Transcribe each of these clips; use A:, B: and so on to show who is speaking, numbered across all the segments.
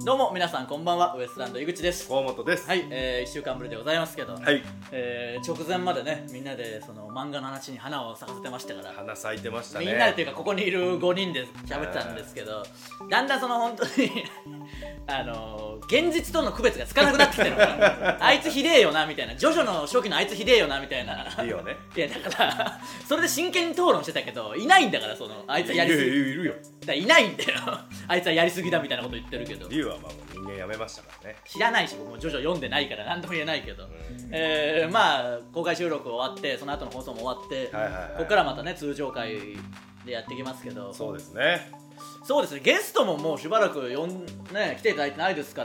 A: どうも皆さんこんばんは、ウエストランド井口です。
B: 河本です。
A: はい、1週間ぶりでございますけど、
B: はい、
A: 直前までね、みんなでその漫画の話に花を咲かせてましたから、
B: 花咲いてましたね。
A: みんなでというかここにいる5人で喋ってたんですけど、だんだんその本当に現実との区別がつかなくなってきてるのあいつひでえよなみたいな、ジョジョの初期のあいつひでえよなみたいな。
B: いいよね。
A: いやだからそれで真剣に討論してたけど、いないんだから、そのあいつはやりすぎ。
B: いるよ。
A: だいないんだよあいつはやりすぎだみたいなこと言ってるけど、
B: リュウはまあ人間やめましたからね。
A: 知らないし、僕もジョジョ読んでないから何とも言えないけど、まあ公開収録終わって、その後の放送も終わって、ここからまたね通常回でやっていきますけど、
B: そうですね。
A: そうですね、ゲストももうしばらく来ていただいてないですから、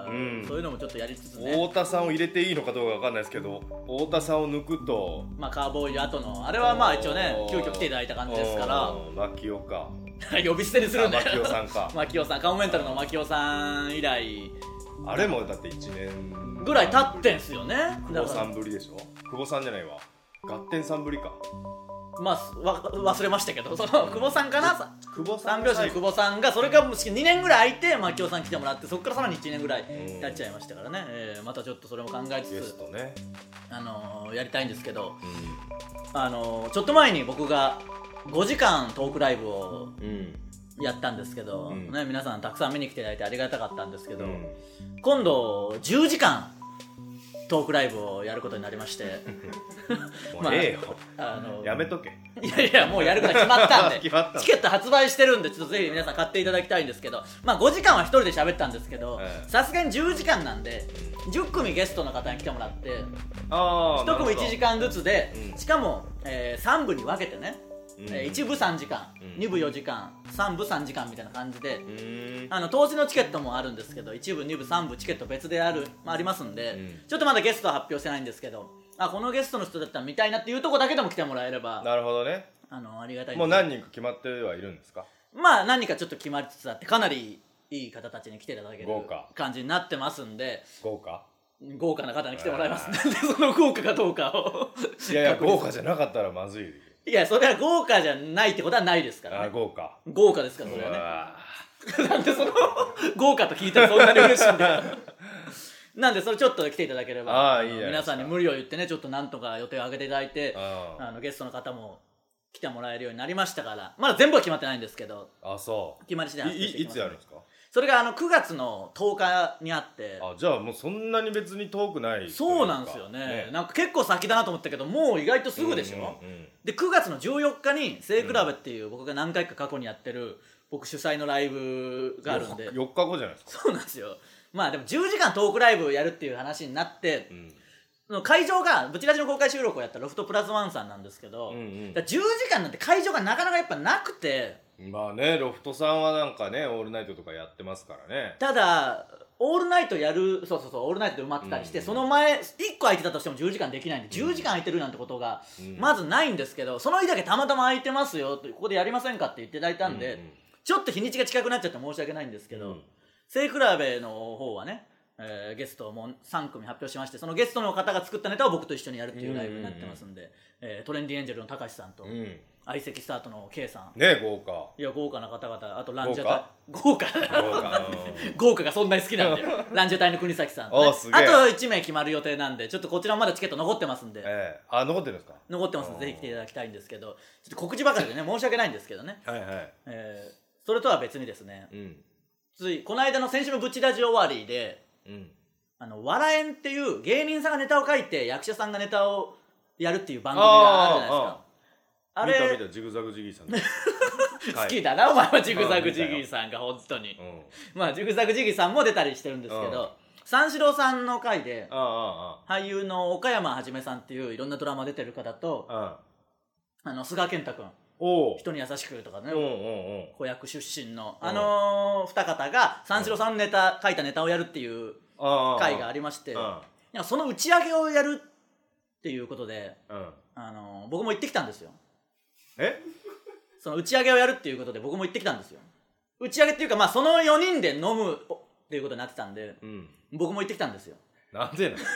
A: そういうのもちょっとやりつつね。
B: 太田さんを入れていいのかどうかわかんないですけど、太田さんを抜くと、
A: まあカーボーイ後のあれはまあ一応ね、急遽来ていただいた感じですから、
B: 牧雄か
A: 呼び捨てにするんだよ。
B: 牧雄さんか
A: 牧雄さん、カモメンタルの牧雄さん以来
B: あれもだって1年
A: ぐらい経ってんすよね。
B: 久保さんぶりでしょ。久保さんじゃないわ、ガッテンさんぶりか。
A: まあ忘れましたけど、その久保さんかな、
B: 久保さん、
A: 三拍子の久保さんが、それから2年ぐらい空いて牧雄さん来てもらって、そこからさらに1年ぐらい経っちゃいましたからね。またちょっとそれも考えつつ
B: ゲストね、
A: やりたいんですけど、ちょっと前に僕が5時間トークライブをやったんですけど、ね、皆さんたくさん見に来ていただいてありがたかったんですけど、今度10時間トークライブをやることになりまして
B: もうええよ、やめとけ。
A: いやもうやることが決まったんで
B: 決まった
A: チケット発売してるんで、ちょっとぜひ皆さん買っていただきたいんですけど、まあ5時間は1人で喋ったんですけど、さすがに10時間なんで10組ゲストの方に来てもらって、1組1時間ずつで、しかも、3部に分けてね、1部3時間、2部4時間、3部3時間みたいな感じで、当時のチケットもあるんですけど、1部2部3部チケット別でありますんで、ちょっとまだゲストは発表してないんですけど、このゲストの人だったら見たいなっていうところだけでも来てもらえれば、
B: なるほどね。
A: ありがたいです。
B: もう何人か決まってはいるんですか。
A: まあ何人かちょっと決まりつつあって、かなりいい方たちに来ていただける
B: 豪華
A: 感じになってますんで、
B: 豪華
A: な方に来てもらいますんで、その豪華かどうかを
B: いや豪華じゃなかったらまずい。
A: いや、それは豪華じゃないってことはないですからね。豪華ですから、それはね。なんでその豪華と聞いたらそんなに嬉しいんだよなんでそれちょっと来ていただければ、皆さんに無理を言ってね、ちょっとなんとか予定を上げていただいて、ゲストの方も来てもらえるようになりましたから、まだ全部は決まってないんですけど、
B: そう
A: 決まり次第発表していきます。
B: いつやるんですか。
A: それが9月の10日にあって。
B: じゃあもうそんなに別に遠くない。
A: そうなんですよね。なんか結構先だなと思ったけど、もう意外とすぐでしょ。で9月の14日に背比べっていう僕が何回か過去にやってる僕主催のライブがあるんで、
B: 4日後じゃないですか。
A: そうなんですよ。まあでも10時間トークライブやるっていう話になって、会場がブチラジの公開収録をやったロフトプラスワンさんなんですけど、10時間なんて会場がなかなかやっぱなくて。
B: まあね、ロフトさんはなんかね、オールナイトとかやってますからね。
A: ただオールナイトやる、そうオールナイトで埋まってたりして、その前1個空いてたとしても10時間できないんで、10時間空いてるなんてことがまずないんですけど、その日だけたまたま空いてますよ、ここでやりませんかって言っていただいたんで、ちょっと日にちが近くなっちゃって申し訳ないんですけど、背比べの方はね、ゲストも3組発表しまして、そのゲストの方が作ったネタを僕と一緒にやるっていうライブになってますんで、トレンディエンジェルのたかしさんと、相席スタートの K さん
B: ね、豪華。
A: いや豪華な方々、あとランジャタイ豪華がそんなに好きなんでランジャタイの国崎さん、ね、あと1名決まる予定なんで、ちょっとこちらまだチケット残ってますんで、
B: 残ってるんですか。
A: 残ってますんで、ぜひ来ていただきたいんですけど、ちょっと告知ばかりでね申し訳ないんですけどね。それとは別にですね、ついこの間の先週のブチラジ終わりで、笑えんっていう芸人さんがネタを書いて役者さんがネタをやるっていう番組があるじゃないですか。あれ
B: 見たジグザグジギーさん
A: 好きだなお前は、ジグザグジギーさんが本当に。まあジグザグジギーさんも出たりしてるんですけど、三四郎さんの回で俳優の岡山はじめさんっていういろんなドラマ出てる方と、菅健太君、人に優しくとかね、子役出身の二方が三四郎さんのネタ書いたネタをやるっていう回がありまして、その打ち上げをやるっていうことで、僕も行ってきたんですよ。その打ち上げをやるっていうことで僕も行ってきたんですよ。打ち上げっていうか、まあその4人で飲むっていうことになってたんで、僕も行ってきたんですよ。
B: なんでなの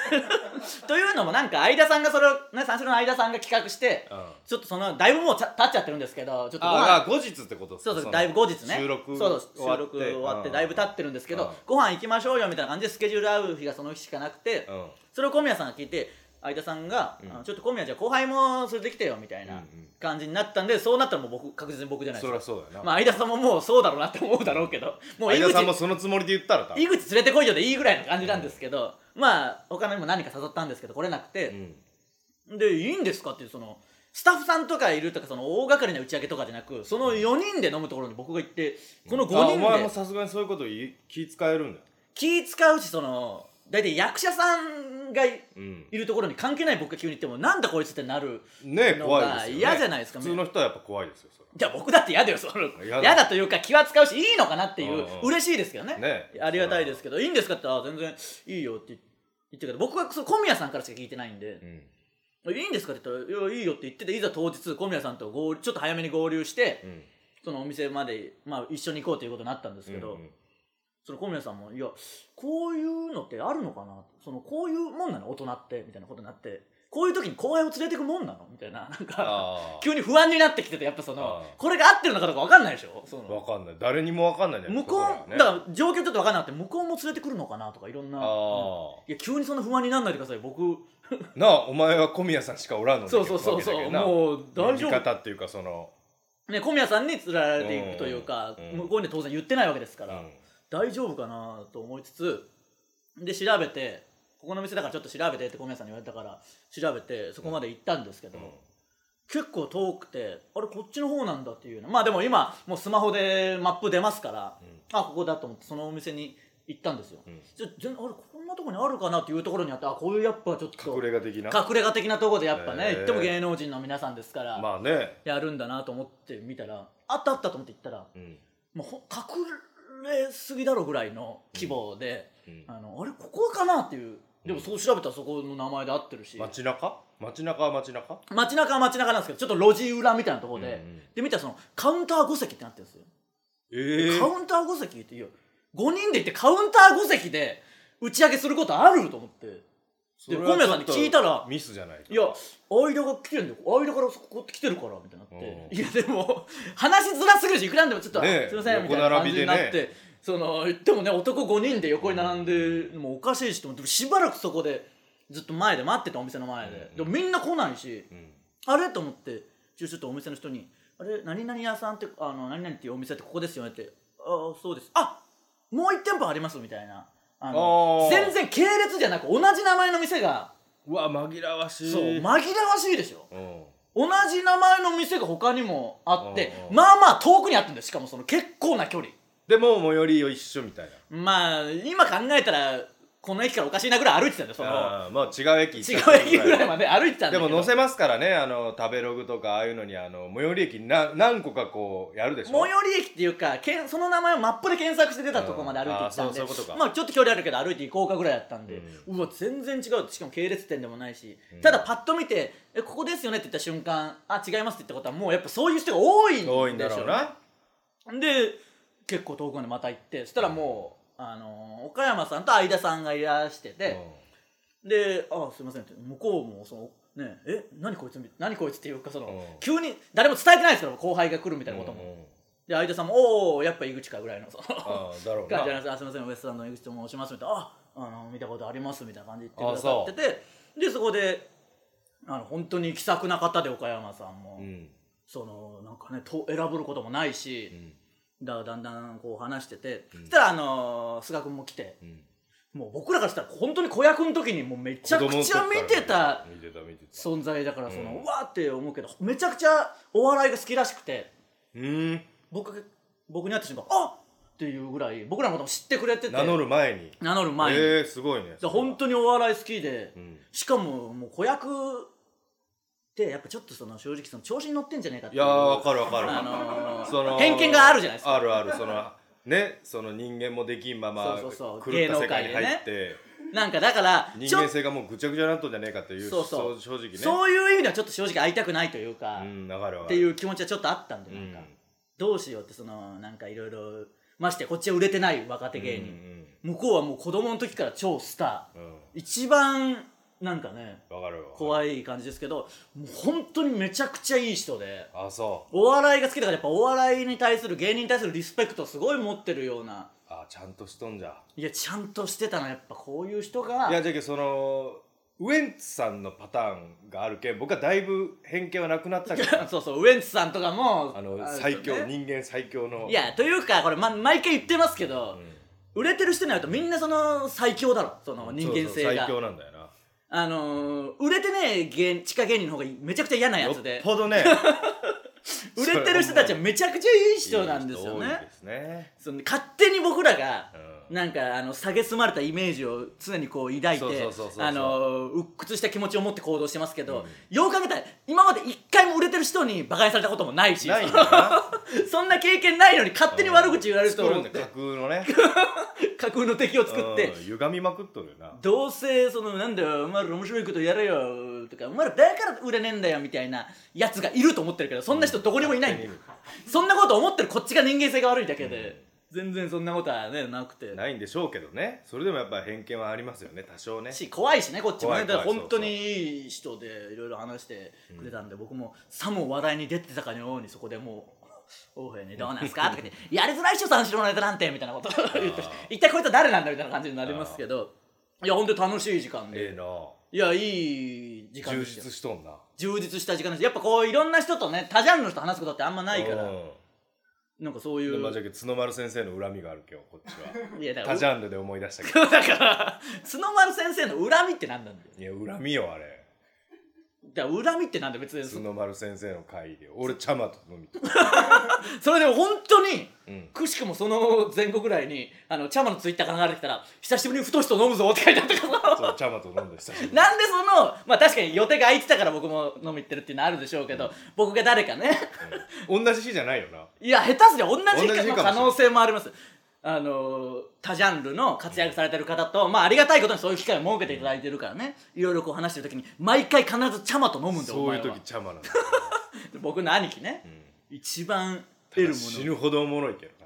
A: というのもなんか相田さんがそれをね、三四郎の相田さんが企画して、ちょっとそのだいぶもう経っちゃってるんですけど、ちょっと
B: 後日ってことですか。
A: そうだいぶ後日ね、
B: 収録
A: 終わってだいぶ経ってるんですけど、ご飯行きましょうよみたいな感じでスケジュール合う日がその日しかなくて、それを小宮さんが聞いて、相田さんが、ちょっと小宮じゃあ後輩も連れてきてよみたいな感じになったんで、そうなったらもう確実に僕じゃないですか。
B: そりゃそうだよな。
A: まあ相田さんももうそうだろうなって思うだろうけど、もう
B: 相田さんもそのつもりで言ったら
A: 井口連れてこいよでいいぐらいの感じなんですけど、まあ他のにも何か誘ったんですけど来れなくて、でいいんですかっていう、そのスタッフさんとかいるとか、その大掛かりな打ち上げとかじゃなく、その4人で飲むところに僕が行って、この5人で
B: お前もさすがにそういうこと気使えるんだよ。
A: 気使うし、その大体役者さんがいるところに関係ない僕が急に言っても、なんだこいつってなるのが嫌じゃないですか。
B: 普通の人はやっぱ怖いですよ。
A: じゃあ僕だって嫌だよ、その嫌だというか気は使うし、いいのかなっていう、嬉しいですけどね、ありがたいですけど、いいんですかって言ったら全然いいよって言ってるけど、僕は小宮さんからしか聞いてないんで、いいんですかって言ったら、いやいいよって言ってて、いざ当日小宮さんとちょっと早めに合流して、そのお店まで、まあ、一緒に行こうということになったんですけど、その小宮さんも、いやこういうのってあるのかな、そのこういうもんなの大人ってみたいなことになって、こういう時に後輩を連れてくもんなのみたいな、なんか急に不安になってきてて、やっぱそのこれが合ってるのかどうか分かんないでしょ。分
B: かんない、誰にも分かんないんじゃないですか。
A: 向こうだから状況ちょっと分かんなくて、向こうも連れてくるのかなとかいろんな、いや急にそんな不安にならないでください、僕
B: なあ、お前は小宮さんしかおらんのに。
A: そうもう大丈夫。
B: 見方っていうか、その
A: ね、小宮さんに連れられていくというか、向こうに当然言ってないわけですから、大丈夫かなと思いつつで、調べて、ここの店だからちょっと調べてって小宮さんに言われたから調べて、そこまで行ったんですけど、結構遠くて、あれこっちの方なんだっていうの、まあでも今もうスマホでマップ出ますから、あここだと思ってそのお店に行ったんですよ。全然あれこんなとこにあるかなっていうところにあって、こういうやっぱちょっと
B: 隠れ家的
A: なところでやっぱね、言っても芸能人の皆さんですから、
B: まあね、
A: やるんだなと思って見たら、あったと思って行ったら、もう隠れすぎだろぐらいの規模で、あれここかなっていう。でもそう調べたらそこの名前で合ってるし、
B: 街中は街中なん
A: ですけど、ちょっと路地裏みたいなところで、で見たらそのカウンター5席ってなってるんですよ。カウンター5席って、いや5人で行ってカウンター5席で打ち上げすることあると思って、で小宮さんに聞いたら、
B: ミスじゃないか、
A: いや間が来てるんだよ、間からそこ来てるからみたいになって、いやでも話しづらすぎるし、いくらんでもちょっと、すいませんみたいな感じになって、その言ってもね、男5人で横に並んで、もうおかしいしと思って、しばらくそこでずっと前で待ってた、お店の前で、でもみんな来ないし、あれと思って、ちょっとお店の人に「あれ何々屋さんって何々っていうお店ってここですよね」って「ああそうです、あもう1店舗あります」みたいな、全然系列じゃなく同じ名前の店が、
B: うわ紛らわしい。
A: そう紛らわしいでしょ。同じ名前の店が他にもあって、まあまあ遠くにあったんです。しかもその結構な距離
B: でも最寄り一緒みたいな。
A: まあ今考えたらこの駅からおかしいなぐらい歩いてたんだよ。その
B: まあ違う駅
A: ぐらいまで歩いてたんだけど、
B: でも載せますからね、食べログとかああいうのに最寄り駅何個かこうやるでしょ。
A: 最寄り駅っていうかその名前をマップで検索して出たところまで歩いてきたんで、まあちょっと距離あるけど歩いて行こうかぐらいだったんで、うわ全然違う。しかも系列店でもないし、ただパッと見てここですよねって言った瞬間、あ違いますって言ったことはもうやっぱそういう人が多いんでしょうね。多いんだろうな。で結構遠くまでまた行って、そしたらもう岡山さんと相田さんがいらしてて、で「あすいません」って向こうもそのね何こいつっていうか、その急に誰も伝えてないですから、後輩が来るみたいなことも。で相田さんも「おおやっぱ井口か」ぐらいのその感じなんです。「すいませんウエストランドの井口と申します」みたいな「見たことあります」みたいな感じで言ってくださってて、でそこで本当に気さくな方で、岡山さんもそのなんかね選ぶることもないし、だんだんこう話してて、そしたら菅君も来て、もう僕らからしたら本当に子役の時にもうめちゃくちゃ見てた存在だから、そのうわーって思うけど、めちゃくちゃお笑いが好きらしくて、僕に会った瞬間あっっていうぐらい僕らのことも知ってくれてて、
B: 名乗る前にすごいね。
A: 本当にお笑い好きで、しかももう子役でやっぱちょっとその正直その調子に乗ってんじゃねえかっていう、
B: いや分かる
A: その偏見があるじゃないですか。
B: あるそのね、その人間もできんまま狂った世界に入って、
A: なんかだから
B: 人間性がもうぐちゃぐちゃになっとんじゃねえかっていう、正直ね、
A: そういう意味ではちょっと正直会いたくないというか、っていう気持ちはちょっとあったんで、なんかどうしようって、そのなんかいろいろましてこっちは売れてない若手芸人、向こうはもう子供の時から超スター、一番なんかね
B: わかる
A: 怖い感じですけど、もう本当にめちゃくちゃいい人で、
B: そう
A: お笑いが好きだから、やっぱお笑いに対する芸人に対するリスペクトをすごい持ってるような。
B: ちゃんとしとんじゃ。
A: いやちゃんとしてたな、やっぱこういう人が。
B: いやじゃけそのウエンツさんのパターンがあるけん、僕はだいぶ偏見はなくなったけど
A: そうウエンツさんとかも
B: 最強、人間最強の。
A: いやというかこれ、毎回言ってますけど、売れてる人になるとみんなその最強だろ、その人間性が。
B: 最強なんだよな。
A: 売れてね地下芸人の方がめちゃくちゃ嫌なやつで、
B: よっぽどね
A: 売れてる人たちはめちゃくちゃいい人なんですよね。その勝手に僕らが、なんか蔑まれたイメージを常にこう抱いて鬱屈した気持ちを持って行動してますけど、よう考えたら今まで一回も売れてる人に馬鹿にされたこともないし、そんな経験ないのに勝手に悪口言われると思って、架空のね架空の敵を作って
B: 歪みまくっとるよな。
A: どうせそのなんだよお前ら面白いことやれよとか、お前らだから売れねえんだよみたいなやつがいると思ってるけど、そんな人どこにもいないんだよ。そんなこと思ってるこっちが人間性が悪いだけで、全然そんなことはねなくて。
B: ないんでしょうけどね。それでもやっぱ偏見はありますよね、多少ね。
A: 怖いしね、こっちもね。だから本当にいい人でいろいろ話してくれたんで、僕もさも話題に出てたかのようにそこでもう大平にどうなんすかとか言ってやりづらいっしょ三四郎のネタなんてみたいなことを言って一体こいつは誰なんだみたいな感じになりますけど、いや本当に楽しい時間で、いやいい時間でした。
B: 充実しとんな。
A: 充実した時間です。やっぱこういろんな人とね、多ジャンルの人と話すことってあんまないから、なんかそういう。
B: じゃけ角丸先生の恨みがあるけどこっちは。
A: いやだ
B: から他ジャンルで思い出したけど。
A: だから角丸先生の恨みって何なんだよ。
B: いや恨みよあれ。
A: じゃ恨みってなんで別に
B: 角丸先生の会で俺茶間と飲み
A: それでも本当に、くしくもその前後ぐらいに茶間のツイッターが流れてきたら久しぶりに太しと飲むぞって書いてあったから
B: そう茶間と飲んで久しぶり
A: なんでまあ確かに予定が空いてたから僕も飲み行ってるっていうのはあるでしょうけど、僕が誰かね
B: 同じ日じゃないよな。
A: いや下手すりゃ同じ日の可能性もあります。他ジャンルの活躍されてる方と、まあありがたいことにそういう機会を設けていただいてるからね、いろいろこう話してる時に毎回必ず茶間と飲むんだよ。
B: そういう時茶間なんだ
A: 僕の兄貴ね、一番得るもの
B: 死ぬほどおもろいけど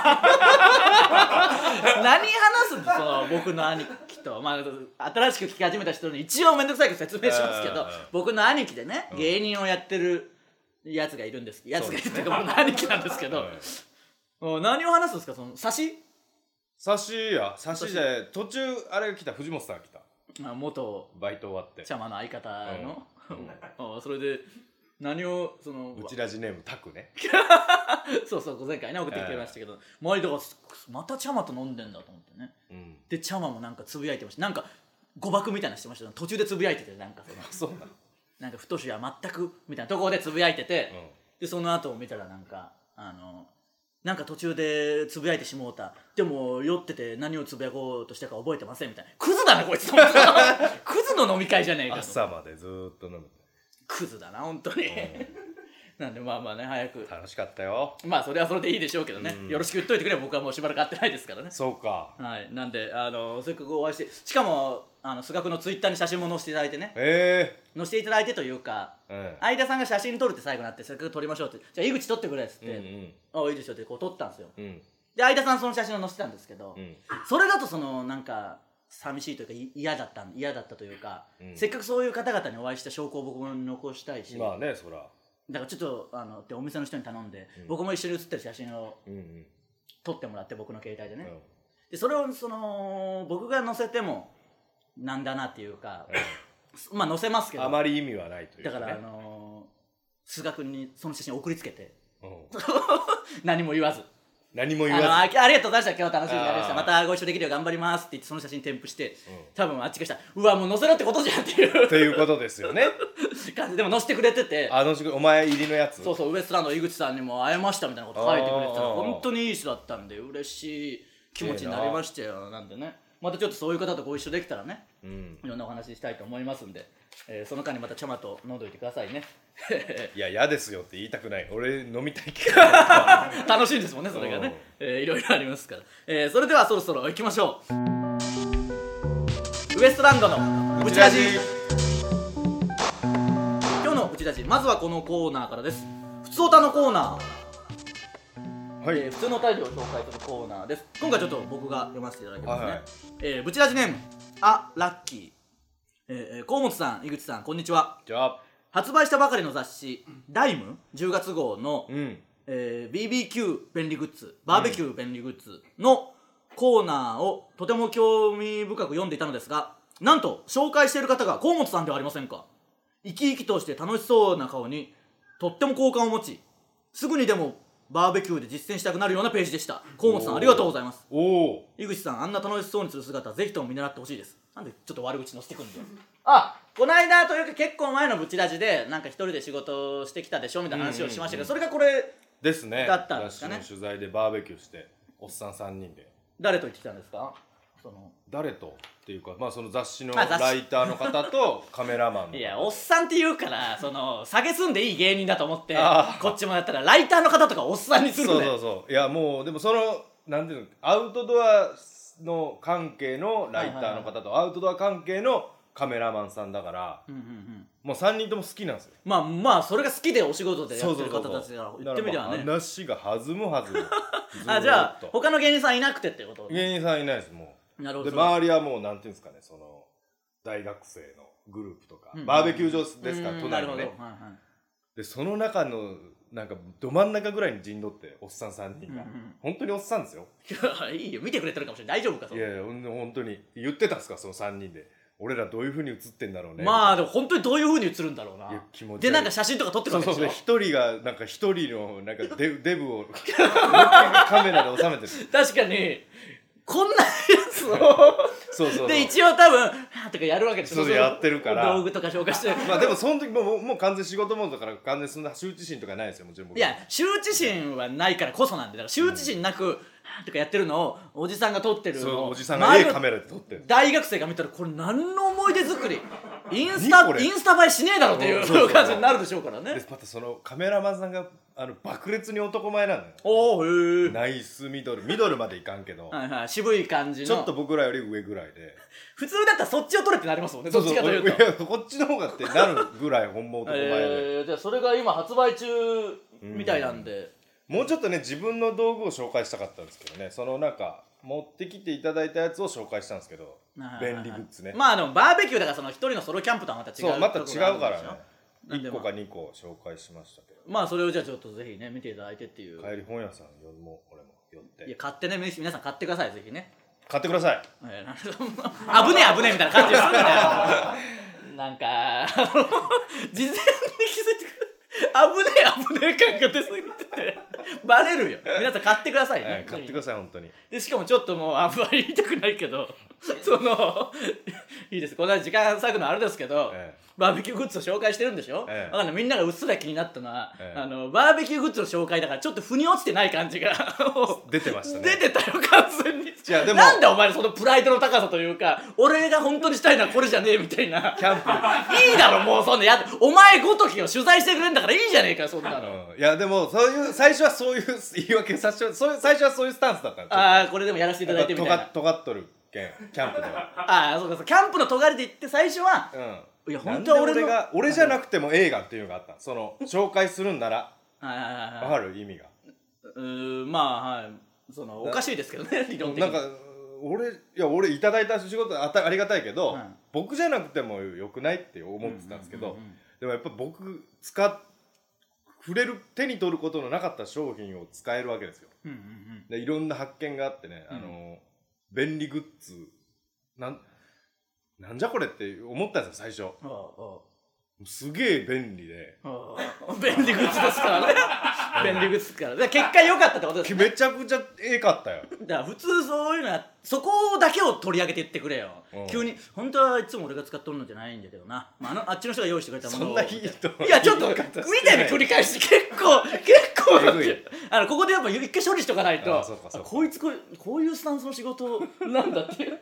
A: 何話すんですその僕の兄貴と、まあ新しく聞き始めた人に一応めんどくさいけど説明しますけど、僕の兄貴でね、芸人をやってるやつがいるんです。やつがいるっていうか僕の兄貴なんですけど、何を話すんですか、その差しで途中あれが来た、藤本さんが来た。 元
B: バイト終わって
A: 茶間の相方の、それで何をその
B: うちラジネームタクね
A: そう前回ね送ってきてましたけど、周りとかまた茶間と飲んでんだと思ってね、で茶間もなんかつぶやいてました。なんか誤爆みたいなのしてました。途中でつぶやいてて、なんかなんか太しは全くみたいなところでつぶやいてて、でその後を見たらなんか途中でつぶやいてしもうた、でも酔ってて何をつぶやこうとしたか覚えてませんみたいな。クズだなこいつクズの飲み会じゃねえかと。
B: 朝までずーっと飲む
A: クズだな本当になんでまあね、早く。
B: 楽しかったよ。
A: まあそれはそれでいいでしょうけどね、よろしく言っといてくれ。僕はもうしばらく会ってないですからね。
B: そうか。
A: はい、なんでせっかくお会いして、しかも菅君のツイッターに写真も載せていただいてね、載せていただいてというか、相田さんが写真撮るって最後になって、せっかく撮りましょうって、じゃあ井口撮ってくれっつって、いいですよってこう撮ったんですよ、で相田さんその写真を載せてたんですけど、それだとなんか寂しいというか嫌だったというか、せっかくそういう方々にお会いした証拠を僕も残したいし、
B: まあね、そら
A: だからちょっとってお店の人に頼んで、僕も一緒に写ってる写真を撮ってもらって、僕の携帯でね、でそれを僕が載せてもなんだなっていうか、まあ載せますけど
B: あまり意味はないというか、
A: だから菅君にその写真送りつけて、何も言わずありがとうございました、今日楽しみになりました、またご一緒できるよう頑張りますって言って、その写真添付して、多分あっちがしたらうわもう載せろってことじゃんっていう
B: ということですよね
A: 感じでも載せてくれてて、
B: お前入りのやつ、
A: そうウエストランド井口さんにも会えましたみたいなこと書いてくれてたら、本当にいい人だったんで嬉しい気持ちになりましたよ。なんでね、またちょっとそういう方とご一緒できたらね、いろんなお話したいと思いますんで、その間にまた茶間と飲んどいてくださいね
B: いや嫌ですよって言いたくない、俺飲みたいけど
A: 楽しいんですもんねそれがね、いろいろありますから、それではそろそろ行きましょう。ウエストランドのブチラジ。今日のブチラジ、まずはこのコーナーからです。ふつおたのコーナー、普通のお便りを紹介するコーナーです。今回ちょっと僕が読ませていただきますね、ブチラジネームラッキー、 河本さん、井口さん、こんにちは。
B: じゃあ
A: 発売したばかりの雑誌ダイム10月号の、BBQ 便利グッズ、バーベキュー便利グッズのコーナーをとても興味深く読んでいたのですが、なんと紹介している方が河本さんではありませんか。生き生きとして楽しそうな顔にとっても好感を持ち、すぐにでもバーベキューで実践したくなるようなページでした。河本さん、ありがとうございます。井口さん、あんな楽しそうにする姿ぜひとも見習ってほしいです。なんでちょっと悪口載せてくんだよ。この間というか結構前のブチラジでなんか一人で仕事してきたでしょみたいな話をしましたけど、それがこれ
B: ですね。
A: だったんですかね。
B: 雑誌の取材でバーベキューしておっさん3人で。
A: 誰と行ってきたんですか。
B: 誰とっていうか、まあその雑誌のライターの方とカメラマンの方。
A: いや、おっさんって言うから下げすんでいい芸人だと思ってこっちもやったらライターの方とかおっさんにするんだよ。
B: そういやもうでもなんていうの、アウトドアの関係のライターの方とアウトドア関係のカメラマンさんだから、もう3人とも好きなんですよ。
A: まあそれが好きでお仕事でやってる方たちから言ってみればね、
B: 話が弾むはず
A: じゃあ他の芸人さんいなくてってこと。
B: 芸人さんいないです。もう
A: なるほど。
B: で周りはもうなんていうんですかね、大学生のグループとか、バーベキュー場ですから隣のね、でその中のなんかど真ん中ぐらいに陣取っておっさん3人が、本当におっさんですよ。
A: いいよ、見てくれてるかもしれない。大丈夫か。
B: いや本当に言ってたんですか、その3人で。俺らどういう風に映ってんだろうね。
A: まあでも本当にどういう風に映るんだろうな。
B: 気持ち
A: でなんか写真とか撮ってくるわけでしょ。
B: 一人がなんか一人のなんかデブをカメラで収めてる。
A: 確かにこんなやつをで一応多分とかやるわけでしょ。
B: そうやってるから
A: 道具とか紹介して。
B: まあでもその時もう完全仕事モードだから完全そんな羞恥心とかないですよ、もちろん僕。
A: いや羞恥心はないからこそなんで、だから羞恥心なくとかやってるのをおじさんが撮ってるのを
B: おじさんがカメラで撮ってる。
A: 大学生が見たらこれ何の思い出作り、インスタ映えしねえだろっていう感じになるでしょうからね。
B: でまたそのカメラマンさんが爆裂に男前なんだよ。
A: おー、へえ。
B: ナイスミドルまでいかんけど、
A: 渋い感じの
B: ちょっと僕らより上ぐらいで、
A: 普通だったらそっちを撮れってなりますもんね。どっちかというと
B: いやこっちの方がってなるぐらいほんま男前で、
A: じゃあそれが今発売中みたいなんで、
B: もうちょっとね自分の道具を紹介したかったんですけどね、なんか持ってきていただいたやつを紹介したんですけど、便利グッズね。
A: まあでもバーベキューだから一人のソロキャンプとはまた違う。
B: そうまた違うからね。1個か2個紹介しましたけど、
A: まあそれをじゃあちょっとぜひね見ていただいてっていう。
B: 帰り本屋さん俺も寄って。
A: いや買ってね、皆さん買ってください、ぜひね。
B: 買ってください。
A: 危ねえみたいな感じでするんだよ。なんか事前に気づいてくる危ねえ感が出すぎてバレるよ。皆さん買ってくださいね。
B: 買ってください本当に。
A: でしかもちょっともうあんまり言いたくないけどいいです、こんな時間割くのあれですけど、バーベキューグッズを紹介してるんでしょ。分かんない、みんながうっすら気になったのは、バーベキューグッズの紹介だからちょっと腑に落ちてない感じが
B: 出てましたね。
A: 出てたよ完全に。
B: でも
A: なんでお前そのプライドの高さというか、俺が本当にしたいのはこれじゃねえみたいな。
B: キャンプ
A: いいだろもうそんなお前ごときを取材してくれんだからいいじゃねえかそんなの。
B: いやでも最初はそういう言い訳最初はそういうスタンスだったんですよ。
A: これでもやらせていただいてみたいな。
B: 尖っとるキャンプでは。
A: そうか、キャンプの尖りで言って最初は、いや本当は
B: 俺じゃなくても映画っていうのがあった。紹介するんなら分かる意味が。
A: まあはいおかしいですけどね理論的に。
B: なんか俺いただいた仕事ありがたいけど、僕じゃなくてもよくないって思ってたんですけど、でもやっぱ僕触れる手に取ることのなかった商品を使えるわけですよ。でいろんな発見があってね、便利グッズなんじゃこれって思ったんですよ最初。すげえ便利で
A: 便利グッズですからね。便利グッズから結果良かったってことですね。
B: めちゃくちゃかったよ。
A: だから普通そういうのはそこだけを取り上げて言ってくれよ。急に本当はいつも俺が使っとるのじゃないんだけどな、あっちの人が用意してくれたものを。
B: そんないいと
A: いやちょっと見てみ繰り返し結構だってここでやっぱ一回処理しとかないと、こいつこういうスタンスの仕事なんだっていう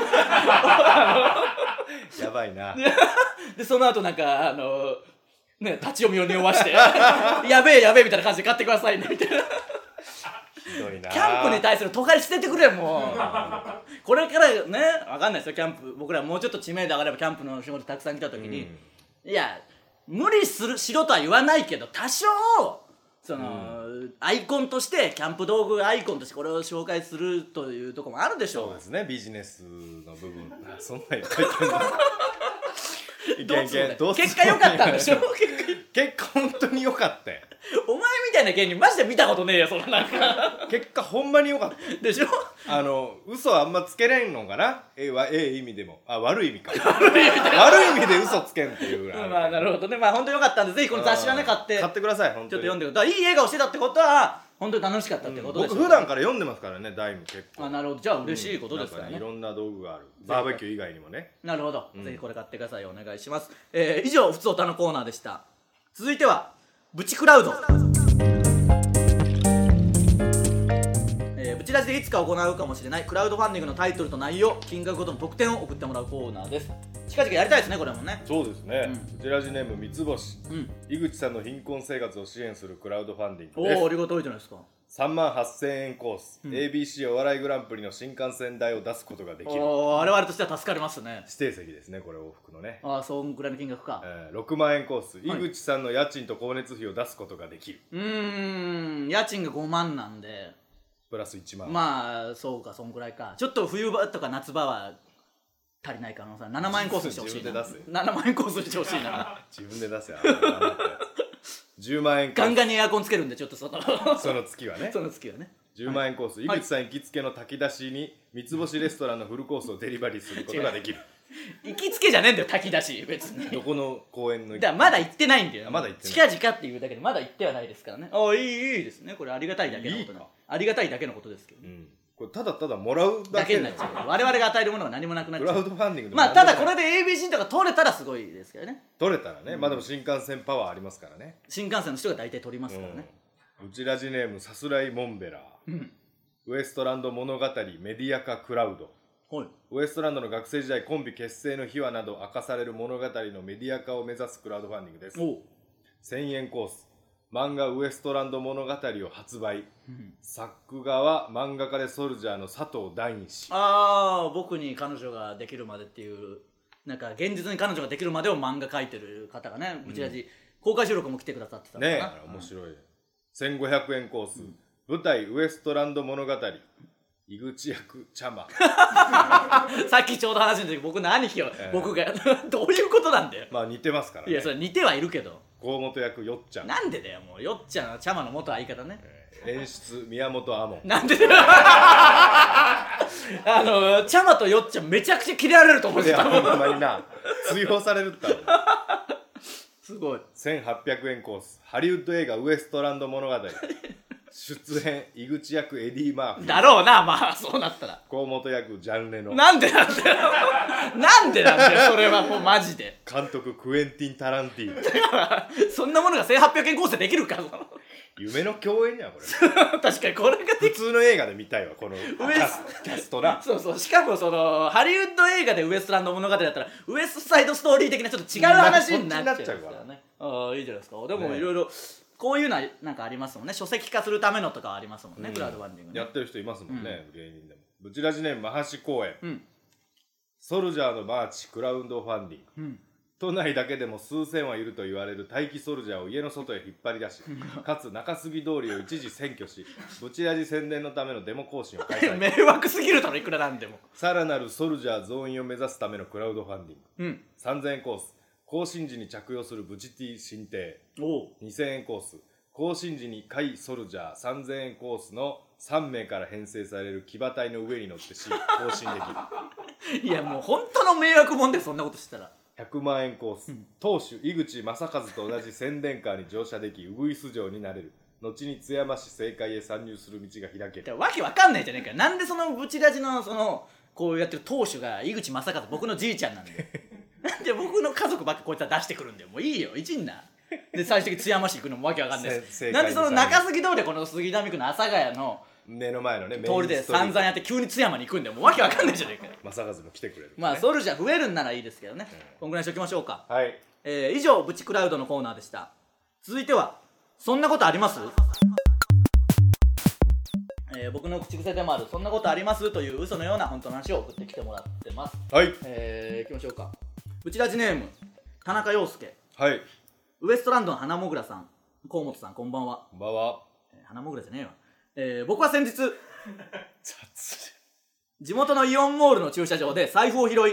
B: やばいな。
A: でその後なんかね、立ち読みを匂わしてやべえみたいな感じで買ってくださいねみたいな。
B: ひどいな。
A: キャンプに対する尖り捨ててくれもうこれからね、分かんないですよキャンプ。僕らもうちょっと知名度上がればキャンプの仕事たくさん来た時に、いや無理しろとは言わないけど多少アイコンとしてキャンプ道具アイコンとしてこれを紹介するというところもあるでしょう。
B: そうですね、ビジネスの部分そんなに書いてる
A: 結果良かったんでしょ
B: 結果本当に良かったよ。
A: お前みたいな芸人マジで見たことねえよ、そのなんか
B: 結果ほんまに良かった
A: でしょ。
B: 嘘あんまつけれんのかな、ええ意味でも、悪い意味か悪い意味で嘘つけんっていうぐらい
A: まあなるほどね。まあ本当に良かったんで、ぜひこの雑誌はね買って
B: ください。本当に
A: ちょっと読んでください。いい笑顔してたってことは本当に楽しかったってことですよ、
B: 僕普段から読んでますからね、ダイム結構。
A: なるほど、じゃあ嬉しいことですからね。
B: いろんな道具がある、バーベキュー以外にもね。
A: なるほど、ぜひこれ買ってください。お願いします。以上ふつおたのコーナーでした。続いてはブチクラウド。ブチラジでいつか行うかもしれないクラウドファンディングのタイトルと内容、金額ごとの特典を送ってもらうコーナーです。近々やりたいですね、これもね。
B: そうですね、ブチラジネーム三つ星、井口さんの貧困生活を支援するクラウドファンディングです。
A: おお、ありがたいじゃないですか。
B: 38,000円コース、ABC お笑いグランプリの新幹線代を出すことができる。
A: 我々としては助かりますね。
B: 指定席ですね、これ往復のね。
A: そんくらいの金額か。
B: 6万円コース、井口さんの家賃と光熱費を出すことができる。
A: 家賃が5万なんで
B: プラス1万。
A: まあそうか、そんくらいか。ちょっと冬場とか夏場は足りない可能性。7万円コースにしてほしいな。7万円コースにしてほしいな
B: 自分で出せ。10万円
A: ガンガンにエアコンつけるんで、ちょっとその
B: 月はね。
A: その月はね。
B: 10万円コース、井口さん行きつけの炊き出しに三つ星レストランのフルコースをデリバリーすることができる。
A: 行きつけじゃねえんだよ、炊き出し。別に
B: どこの公園の
A: だからまだ行ってないんだよ。
B: まだ行ってない。
A: 近々っていうだけでまだ行ってはないですからね。いいですね。これありがたいだけのことありがたいだけのことですけど、
B: これただただもらうだけ
A: になっちゃう。我々が与えるものが何もなくなっちゃう。
B: クラウドファンディングで
A: まあただこれで ABC とか取れたらすごいですけどね。
B: 取れたらね、まあでも新幹線パワーありますからね。
A: 新幹線の人が大体取りますからね。
B: うちラジネームさすらいモンベラー、ウエストランド物語メディア化クラウド。ウエストランドの学生時代コンビ結成の秘話など明かされる物語のメディア化を目指すクラウドファンディングです。1000円コース、漫画ウエストランド物語を発売、作画は漫画家でソルジャーの佐藤大二氏。
A: 僕に彼女ができるまでっていう、なんか現実に彼女ができるまでを漫画描いてる方がね、うちらじ公開収録も来てくださってたから
B: ね。面白い。1500円コース、舞台ウエストランド物語、井口役茶間。
A: さっきちょうど話した時、僕の兄貴を、僕がどういうことなんだよ。
B: まあ似てますからね。
A: いや、それ似てはいるけど。
B: 河本役よっちゃん。
A: なんでだよ、もうよっちゃんは茶間の元相方ね。
B: 演出宮本亞門。
A: なんでだよ。茶間とよっちゃんめちゃくちゃキレられると思うんですよ。
B: ほんまにな、追放されるったら。
A: すごい。
B: 1800円コース、ハリウッド映画ウエストランド物語。出演井口役エディ・マーフィー
A: だろうな。まあそうなったら
B: 河本役ジャンレノ。
A: なんでなんだよ。なんでなんだよ、それはもうマジで。
B: 監督クエンティン・タランティーノ。
A: そんなものが1800円コースでできるか。
B: 夢の共演やこれ。
A: 確かにこれが
B: 普通の映画で見たいわ、このキャストな。
A: そうしかもそのハリウッド映画でウエストランド物語だったらウエストサイドストーリー的なちょっと違う話になっちゃうからね。いいじゃないですか。でもいろいろこういうのはなんかありますもんね。書籍化するためのとかありますもんね、クラウドファンディング、
B: やってる人いますもんね、芸人でも。ブチラジネームマハシ公演、ソルジャーのマーチクラウドファンディング、都内だけでも数千はいると言われる待機ソルジャーを家の外へ引っ張り出し、かつ中杉通りを一時占拠し、ブチラジ宣伝のためのデモ行進を開催。
A: 迷惑すぎるだろ、いくらなんでも。
B: さらなるソルジャー増員を目指すためのクラウドファンディング、3000円コース、行進時に着用するブチティ新定。2000円コース、行進時に甲斐ソルジャー3000円コースの3名から編成される騎馬隊の上に乗って行進できる。
A: いやもう本当の迷惑もんで、そんなことしたら。
B: 100万円コース、当主井口正和と同じ宣伝カーに乗車できウグイス城になれる。後に津山市政界へ参入する道が開ける。
A: わけわかんないじゃねえか。なんでそのブチラジのそのこうやってる当主が井口正和、僕のじいちゃんなんでなんで僕の家族ばっかこいつは出してくるんだよ。もういいよ、一んな。で最終的に津山市行くのもわけわかんないです。なんでその中杉通りでこの杉並区の阿佐ヶ谷の
B: 目の前のね
A: 通りで散々やって急に津山に行くんで、もうわけわかんないじゃねえかよ。
B: 正和も来てくれる、
A: まあソルジャー増えるんならいいですけどね、こんぐらいにしときましょうか。
B: はい、
A: 以上ブチクラウドのコーナーでした。続いてはそんなことあります、僕の口癖でもあるそんなことありますという嘘のような本当の話を送ってきてもらってます。
B: はい、
A: 行きましょうか。ブチラジネーム田中陽介。
B: はい、
A: ウエストランドの花もぐらさん、河本さん、こんばんは。
B: こんばんは。
A: 花もぐらじゃねえわ。僕は先日地元のイオンモールの駐車場で財布を拾い、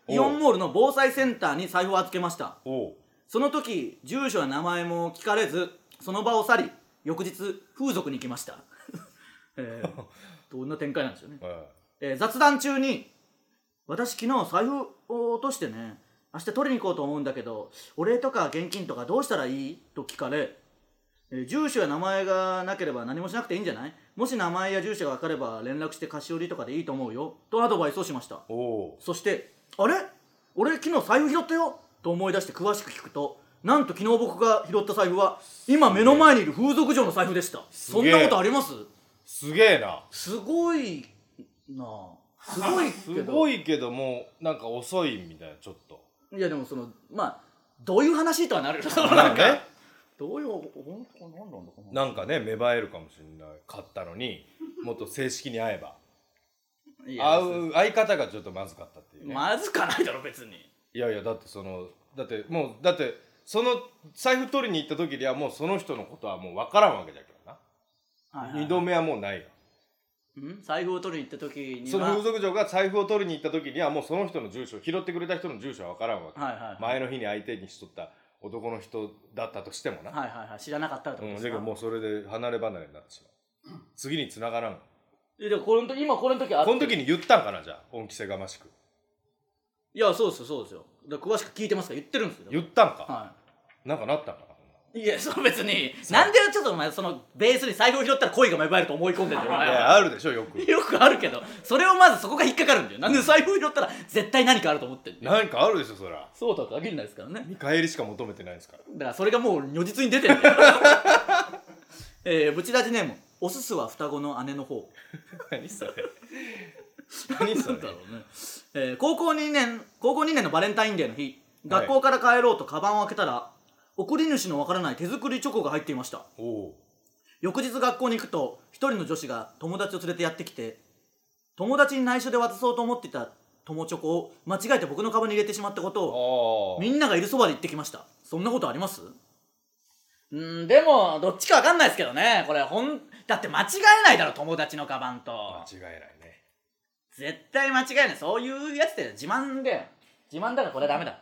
A: イオンモールの防災センターに財布を預けました。その時住所や名前も聞かれずその場を去り翌日風俗に行きました。どんな展開なんでしょうね。雑談中に私昨日財布を落としてね明日取りに行こうと思うんだけどお礼とか現金とかどうしたらいいと聞かれ、住所や名前がなければ何もしなくていいんじゃない？もし名前や住所が分かれば連絡して菓子折りとかでいいと思うよとアドバイスをしました。そしてあれ俺昨日財布拾ったよと思い出して詳しく聞くとなんと昨日僕が拾った財布は今目の前にいる風俗嬢の財布でした。そんなことあります？
B: すげえな。
A: すごいなあ。す
B: ごいけどもうなんか遅いみたいなちょっと。
A: いやでもそのまあどういう話とはなるよ。
B: なんか
A: どういう
B: なんかね芽生えるかもしれないかったのにもっと正式に会えば相方がちょっとまずかったっていうね。
A: まずかないだろ別に。
B: いやだってそのだってその財布取りに行った時にはもうその人のことはもう分からんわけだけどな、2度目はもうないよ。
A: 財布を取りに行った時には
B: その風俗嬢が財布を取りに行った時にはもうその人の住所拾ってくれた人の住所は分からんわけ、前の日に相手にしとった男の人だったとしてもな、
A: 知らなかったらってことですか。
B: だけどもうそれで離れ離れになってしまう、次に繋がらん。
A: で今これの時は
B: この時に言ったんかな、じゃあ恩着せがましく。
A: いやそうですよだ詳しく聞いてますから言ってるんですよ。
B: 言ったんか、なんかなったんかな。
A: いやそう別になんでちょっとお前そのベースに財布を拾ったら恋が芽生えると思い込んでんだよ。い
B: やあるでしょよく
A: あるけどそれをまずそこが引っかかるんだよ。なんで財布を拾ったら絶対何かあると思ってんだよ。
B: 何かあるでしょそりゃ。
A: そうとは限らないですからね。
B: 見返りしか求めてないですから。
A: だからそれがもう如実に出てるんだよ。ブチラジネームおすすは双子の姉の方。
B: 何それ
A: 何だろうね。高校2年のバレンタインデーの日、学校から帰ろうとカバンを開けたら送り主のわからない手作りチョコが入っていました。翌日学校に行くと一人の女子が友達を連れてやってきて友達に内緒で渡そうと思っていた友チョコを間違えて僕のカバンに入れてしまったことをみんながいるそばで言ってきました。そんなことあります？でもどっちかわかんないですけどね。これだって間違えないだろ友達のカバンと。
B: 間違えないね。
A: 絶対間違えない。そういうやつって自慢だよ。自慢だからこれダメだ。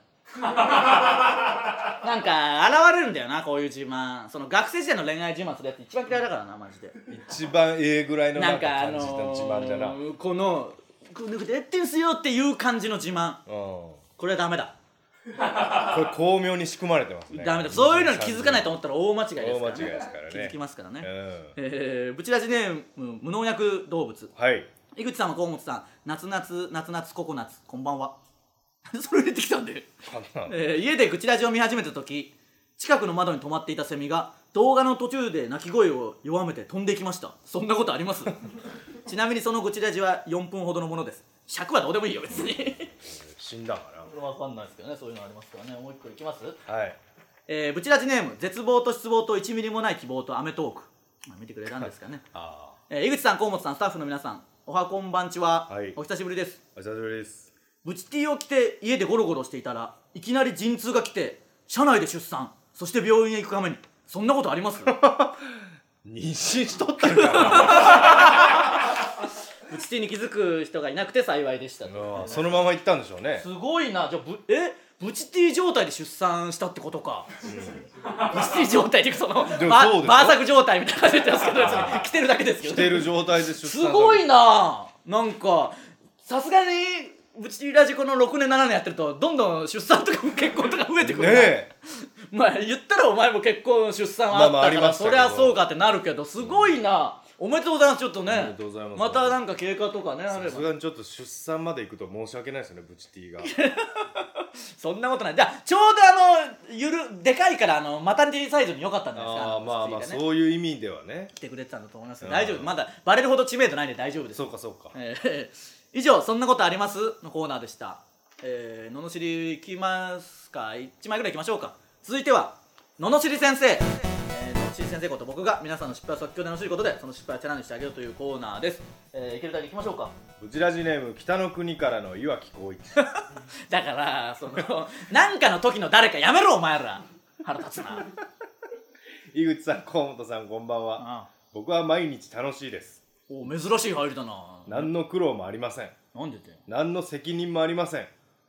A: なんか現れるんだよなこういう自慢。その学生時代の恋愛自慢するやつ一番嫌いだからなマジで。
B: 一番ぐらいのなんか感じの自慢じゃな。
A: このやってんすよっていう感じの自慢。これはダメだ。
B: これ巧妙に仕組まれてますね。
A: ダメだ。そういうのに気づかないと思ったら大間違いですからね。
B: 大間違いですからね。
A: 気づきますからね。ブチラジネーム無農薬動物。井口さんも河本さん夏ココナッツこんばんは。それ入れてきたんで家でグチラジを見始めた時近くの窓に止まっていたセミが動画の途中で鳴き声を弱めて飛んでいきました。そんなことあります？ちなみにそのグチラジは4分ほどのものです。尺はどうでもいいよ別に。
B: 死んだかな。
A: 分かんないですけどね。そういうのありますからね。もう一個いきます。
B: はい
A: ブチラジネーム絶望と失望と1ミリもない希望とアメトーク。見てくれたんですかね。井口さん河本さんスタッフの皆さんおはこんばんちは、お久しぶりです。
B: お久しぶりです。
A: ブチティを着て家でゴロゴロしていたらいきなり陣痛が来て車内で出産そして病院へ行くために。そんなことあります？
B: 妊娠しとったんか
A: ブチティに気づく人がいなくて幸いでした。
B: そのまま行ったんでしょうね。
A: すごいな。じゃあブチティ状態で出産したってことか。ブチティ状態っていうかそのバーサク状態みたいな感じで言ってますけど着てるだけですけど、
B: 着てる状態で出産。
A: すごいな。なんかさすがにブチティラジコの6年7年やってるとどんどん出産とか結婚とか増えてくるね。まあ言ったらお前も結婚出産あったからそりゃそうかってなるけどすごいな。おめでとうございます。ちょっとねまたなんか経過とかねあれば。
B: さすがにちょっと出産まで行くと申し訳ないですよねブチティが。
A: そんなことない。じゃあちょうどでかいからマタニティサイズに良かったんじゃないですか。
B: まあそういう意味ではね
A: 来てくれてたんだと思います。大丈夫。まだバレるほど知名度ないんで大丈夫です。
B: そうか
A: 以上そんなことありますのコーナーでした。罵りいきますか。1枚ぐらいいきましょうか。続いては罵り先生。罵り先生こと僕が皆さんの失敗を即興で罵ることでその失敗をチャラにしてあげようというコーナーです。いけるだけいきましょうか。
B: ブチラジネーム北の国からの岩城光一。
A: だからなんかの時の誰かやめろお前ら。腹立つな。
B: 井口さん河本さんこんばんは。僕は毎日楽しいです。
A: 珍しい入りだな。
B: 何の苦労もありません。
A: なんでって。
B: 何の責任もありません。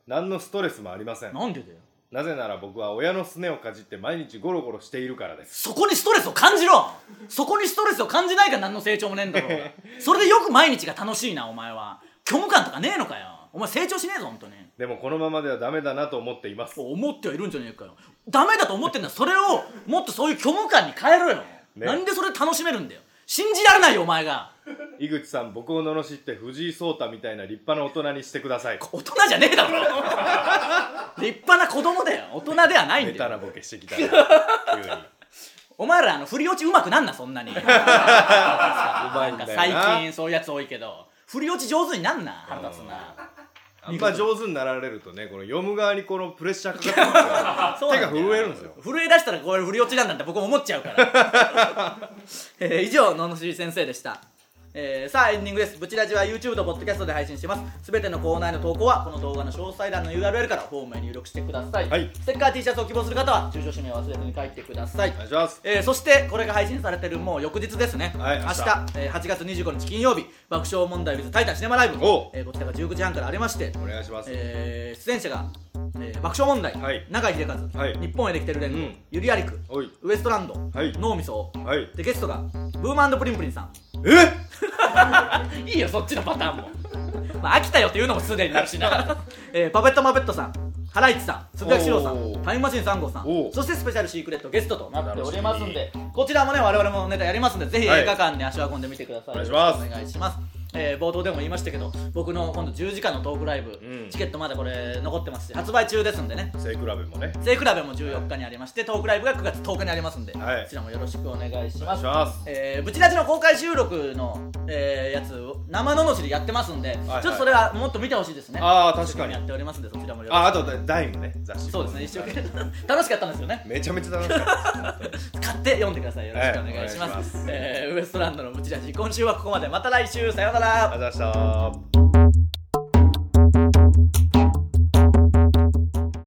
B: 何のストレスもありません。
A: なんでだよ。
B: なぜなら僕は親のすねをかじって毎日ゴロゴロしているからです。
A: そこにストレスを感じろ。そこにストレスを感じないから何の成長もねえんだろうがそれでよく毎日が楽しいな。お前は虚無感とかねえのかよ。お前成長しねえぞ本当に。
B: でもこのままではダメだなと思っています。
A: 思ってはいるんじゃねえかよ。ダメだと思ってんだ。それをもっとそういう虚無感に変えろよ、ね、なんでそれ楽しめるんだよ。信じられないよお前が。
B: 井口さん、僕を罵って藤井聡太みたいな立派な大人にしてください。
A: 大人じゃねえだろ立派な子供だよ。大人ではないんだよ。
B: ベタなボケしてきたら急に
A: お前ら振り落ちうまくなんなそんなにうまいんだよな。最近そういうやつ多いけど振り落ち上手になんな。腹立つな。
B: あんま上手になられるとね、この読む側にこのプレッシャーかかってるんですよ手が震えるんですよ。
A: 震え出したらこれ振り落ちなんだって僕も思っちゃうから以上ののしり先生でした。さあエンディングです。ブチラジは YouTube と Podcast で配信してます。すべてのコーナーへの投稿はこの動画の詳細欄の URL からフォームへ入力してください、はい、ステッカー T シャツを希望する方は住所氏名を忘れずに書いてください。
B: お願いします。
A: そしてこれが配信されてるもう翌日ですね、はい、明日、8月25日金曜日爆笑問題 with タイタンシネマライブ、こちらが19時半からありまして、
B: お願いします。
A: 出演者が爆笑問題、はい、永井秀和、はい、日本へできてる連合、ゆりやりく、ウエストランド、はい、脳みそ、はい、でゲストがブーマン&プリンプリンさん。いいよそっちのパターンもまあ飽きたよっていうのもすでになるしなパペットマペットさん、ハライチさん、つぶやきしろうさん、タイムマシーン3号さん、そしてスペシャルシークレットゲストとなっておりますんで、こちらもね我々もネタやりますんで、ぜひ映画館に足を運んでみてください。
B: お願いします。
A: お願いします。冒頭でも言いましたけど僕の今度10時間のトークライブ、チケットまだこれ残ってますし発売中ですんでね。
B: セイクラベもね、
A: セイクラベも14日にありまして、トークライブが9月10日にありますんで、こちらもよろしくお願いします。ブチラジの公開収録の、やつ生ののしりやってますんで、ちょっとそれはもっと見てほしいですね。
B: ああ確かに
A: やっておりますんで、そちらもよろしく。
B: あとダイムね、雑誌。
A: そうですね、一生懸命楽しかったんですよね。
B: めちゃめちゃ楽しかった買
A: って読んでください。よろしくお願いします。ウエストランドのブチラジ、今週はここまで。また来週、さようなら。
B: ありがとうございました。